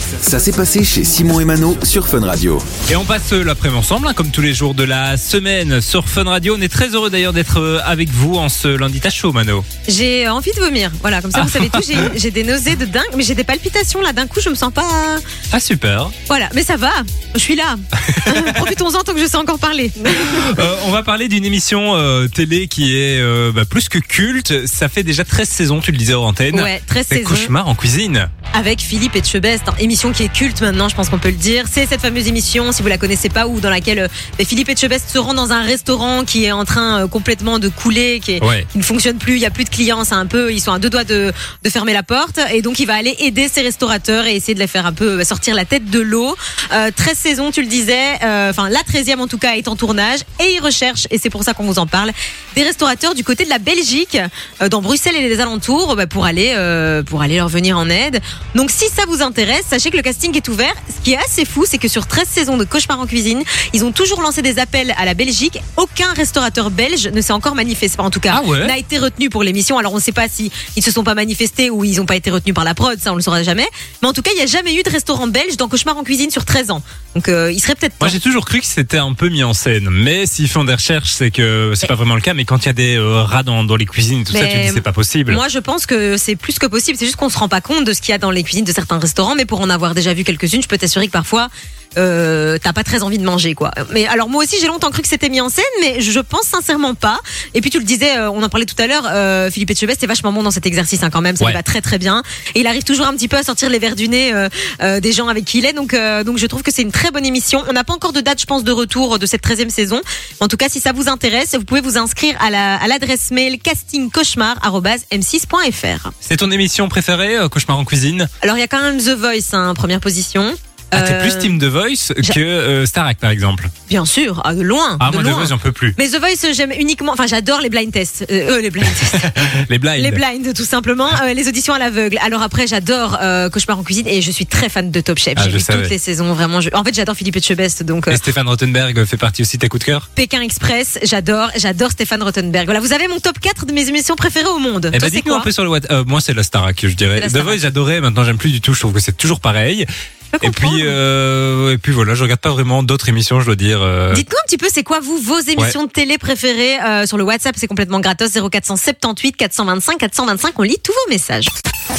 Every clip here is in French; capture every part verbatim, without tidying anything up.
Ça s'est passé chez Simon et Mano sur Fun Radio. Et on passe l'après-midi ensemble, hein, comme tous les jours de la semaine sur Fun Radio. On est très heureux d'ailleurs d'être avec vous en ce lundi. T'as chaud, Mano? J'ai envie de vomir. Voilà, comme ça vous savez tout. J'ai, j'ai des nausées de dingue, mais j'ai des palpitations là. D'un coup, je me sens pas. Ah super. Voilà, mais ça va. Je suis là. Profitons-en tant que je sais encore parler. euh, on va parler d'une émission euh, télé qui est euh, bah, plus que culte. Ça fait déjà treize saisons, tu le disais hors antenne. Ouais, treize C'est saisons. Cauchemar en cuisine. Avec Philippe Etchebest, hein, émission qui est culte maintenant, je pense qu'on peut le dire. C'est cette fameuse émission, si vous la connaissez pas, ou dans laquelle euh, Philippe Etchebest se rend dans un restaurant qui est en train euh, complètement de couler, qui, est, Ouais. qui ne fonctionne plus, il y a plus de clients, c'est un peu, ils sont à deux doigts de, de fermer la porte, et donc il va aller aider ses restaurateurs et essayer de les faire un peu sortir la tête de l'eau. Euh, treize saisons, tu le disais, euh, enfin la treizième en tout cas est en tournage, et il recherche, et c'est pour ça qu'on vous en parle, des restaurateurs du côté de la Belgique, euh, dans Bruxelles et les alentours, bah, pour aller euh, pour aller leur venir en aide. Donc si ça vous intéresse, sachez que le casting est ouvert. Ce qui est assez fou, c'est que sur treize saisons de Cauchemar en cuisine, ils ont toujours lancé des appels à la Belgique. Aucun restaurateur belge ne s'est encore manifesté, en tout cas, Ah ouais. n'a été retenu pour l'émission. Alors on ne sait pas si ils se sont pas manifestés ou ils n'ont pas été retenus par la prod, ça on le saura jamais. Mais en tout cas, il n'y a jamais eu de restaurant belge dans Cauchemar en cuisine sur treize ans. Donc euh, il serait peut-être temps. Moi j'ai toujours cru que c'était un peu mis en scène, mais s'ils font des recherches, c'est que c'est pas vraiment le cas. Mais quand il y a des euh, rats dans, dans les cuisines et tout ça, Mais tu dis c'est pas possible. Moi, je pense que c'est plus que possible. C'est juste qu'on se rend pas compte de ce qu'il y a dans les cuisines de certains restaurants. Mais pour en avoir déjà vu quelques-unes, je peux t'assurer que parfois, euh, t'as pas très envie de manger, quoi. Mais alors, moi aussi, j'ai longtemps cru que c'était mis en scène, mais je pense sincèrement pas. Et puis, tu le disais, euh, on en parlait tout à l'heure, euh, Philippe Etchebest est vachement bon dans cet exercice, hein, quand même. Ça Ouais. lui va très, très bien. Et il arrive toujours un petit peu à sortir les verres du nez euh, euh, des gens avec qui il est. Donc, euh, donc, je trouve que c'est une très bonne émission. On n'a pas encore de date, je pense, de retour de cette treizième saison. En tout cas, si ça vous intéresse, vous pouvez vous inscrire à, la, à l'adresse mail casting cauchemar arobase m six point f r. C'est ton émission préférée, euh, Cauchemar en cuisine? Alors il y a quand même The Voice, hein, première position. Ah, t'es Euh, plus team The Voice j'a- que euh, Starac par exemple. Bien sûr, ah, de loin. Ah de moi The loin. Voice j'en peux plus. Mais The Voice, j'aime uniquement. Enfin, j'adore les blind tests. Euh, euh, les blind tests. Les blinds. les blinds, tout simplement. Euh, les auditions à l'aveugle. Alors après, j'adore euh, Cauchemar en cuisine et je suis très fan de Top Chef. Ah, J'ai je vu savais. toutes les saisons, vraiment. Je- En fait, j'adore Philippe Etchebest, donc. euh, Et Stéphane Rothenberg fait partie aussi de tes coups de cœur? Pékin Express, j'adore, j'adore Stéphane Rothenberg. Voilà, vous avez mon top quatre de mes émissions préférées au monde. Eh Toi, ben, c'est dites-nous quoi un peu sur le WhatsApp. Euh, moi, c'est la Starac, je dirais. C'est la The Starac. Voice, j'adorais. Maintenant, j'aime plus du tout. Je trouve que c'est toujours pareil. Je peux Et puis, comprendre. euh, et puis voilà, je regarde pas vraiment d'autres émissions, je dois dire. euh. Dites-nous un petit peu, c'est quoi vous vos émissions de télé préférées euh, sur le WhatsApp, c'est complètement gratos. Zéro quatre cent soixante-dix-huit quatre cent vingt-cinq quatre cent vingt-cinq. On lit tous vos messages.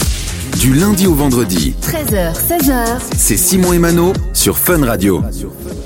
Du lundi au vendredi, treize heures, seize heures. c'est Simon et Mano sur Fun Radio.